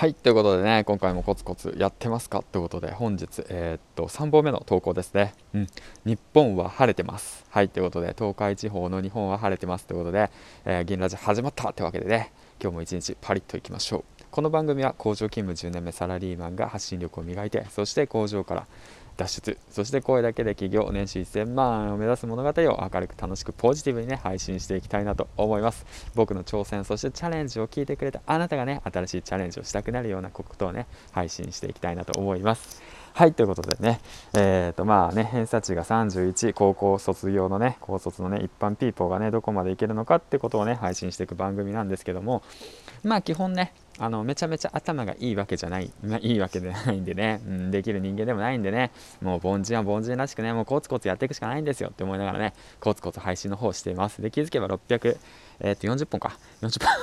はい、ということでね、今回もコツコツやってますかということで、本日、3本目の投稿ですね。日本は晴れてます。はい、ということで、東海地方の日本は晴れてますということで、銀ラジ始まったってわけでね、今日も一日パリッといきましょう。この番組は工場勤務10年目サラリーマンが発信力を磨いて、そして工場から脱出、そして声だけで起業年収1000万を目指す物語を明るく楽しくポジティブにね配信していきたいなと思います。僕の挑戦そしてチャレンジを聞いてくれたあなたがね、新しいチャレンジをしたくなるようなことをね配信していきたいなと思います。はい、ということでね、偏差値が31、高校卒業のね、高卒のね、一般ピーポーがね、どこまでいけるのかってことをね、配信していく番組なんですけども、基本ね、めちゃめちゃ頭がいいわけじゃない、いいわけではないんでね、できる人間でもないんでね、もう凡人は凡人らしくね、もうコツコツやっていくしかないんですよって思いながらね、コツコツ配信の方をしています。で、気づけば40本か、40本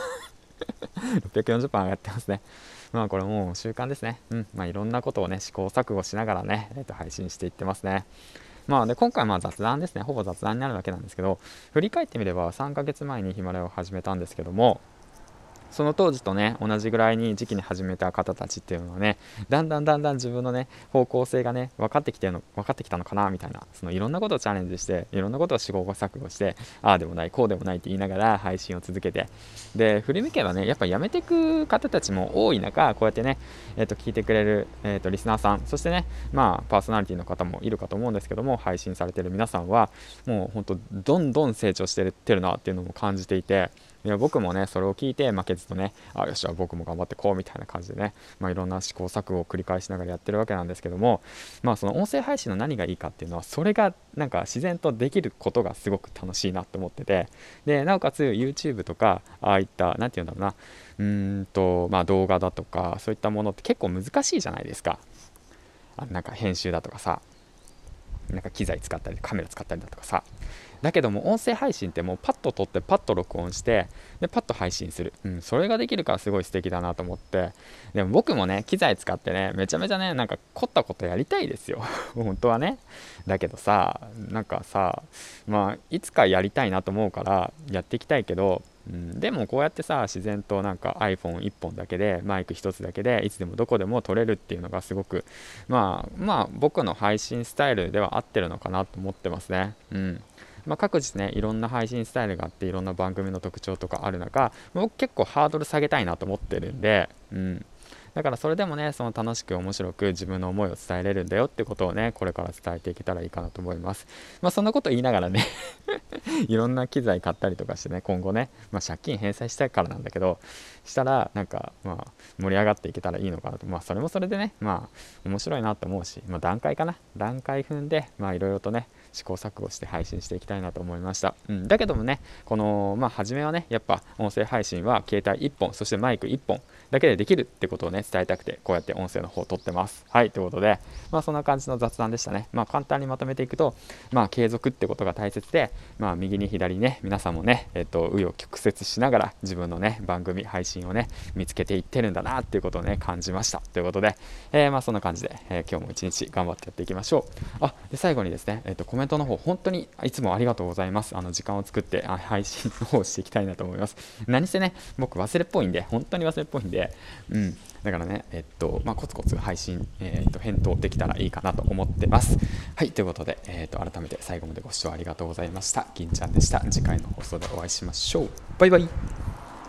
640本上がってますね。これもう習慣ですね。いろんなことをね試行錯誤しながらね、配信していってますね。で今回は雑談ですね。ほぼ雑談になるわけなんですけど、振り返ってみれば3ヶ月前にヒマラヤを始めたんですけども、その当時とね同じぐらいに時期に始めた方たちっていうのはね、だんだん自分のね方向性がね分かってきたのかなみたいな、そのいろんなことをチャレンジして、いろんなことを試行錯誤して、ああでもないこうでもないって言いながら配信を続けて、で振り向けばねやっぱやめていく方たちも多い中、こうやってね、聞いてくれる、リスナーさん、そしてねパーソナリティの方もいるかと思うんですけども、配信されてる皆さんはもうほんとどんどん成長してってるなっていうのも感じていて、いや僕もねそれを聞いて負けずとね、よしじゃあ僕も頑張ってこうみたいな感じでね、いろんな試行錯誤を繰り返しながらやってるわけなんですけども、その音声配信の何がいいかっていうのは、それがなんか自然とできることがすごく楽しいなと思ってて、でなおかつ YouTube とかああいったなんていうんだろうな、動画だとかそういったものって結構難しいじゃないですか。なんか編集だとかさ、なんか機材使ったりカメラ使ったりだとかさ、だけども音声配信ってもうパッと撮ってパッと録音してでパッと配信する、それができるからすごい素敵だなと思って、でも僕もね機材使ってねめちゃめちゃねなんか凝ったことやりたいですよ本当はね。だけどさ、なんかさ、いつかやりたいなと思うからやっていきたいけど、でもこうやってさ自然となんか iPhone1 本だけでマイク1つだけでいつでもどこでも撮れるっていうのがすごく僕の配信スタイルでは合ってるのかなと思ってますね。各自ねいろんな配信スタイルがあっていろんな番組の特徴とかある中、僕結構ハードル下げたいなと思ってるんで、だからそれでもねその楽しく面白く自分の思いを伝えれるんだよってことをねこれから伝えていけたらいいかなと思います。そんなこと言いながらねいろんな機材買ったりとかしてね、今後ね、借金返済したいからなんだけど、したらなんか盛り上がっていけたらいいのかなと、それもそれでね面白いなと思うし、段階踏んでいろいろとね試行錯誤して配信していきたいなと思いました。だけどもねこの初めはねやっぱ音声配信は携帯1本そしてマイク1本だけでできるってことをね伝えたくて、こうやって音声の方を撮ってます。はいということでそんな感じの雑談でしたね。簡単にまとめていくと、継続ってことが大切で、右に左にね皆さんもね紆余曲折しながら自分のね番組配信をね見つけていってるんだなっていうことをね感じましたということで、そんな感じで、今日も一日頑張ってやっていきましょう。で最後にですね、コメントの方本当にいつもありがとうございます。時間を作って配信の方していきたいなと思います。何せね僕忘れっぽいんで、本当に忘れっぽいんで、だからねコツコツ配信、返答できたらいいかなと思ってます。はいということで、改めて最後までご視聴ありがとうございました。銀ちゃんでした。次回の放送でお会いしましょう。バイバイ。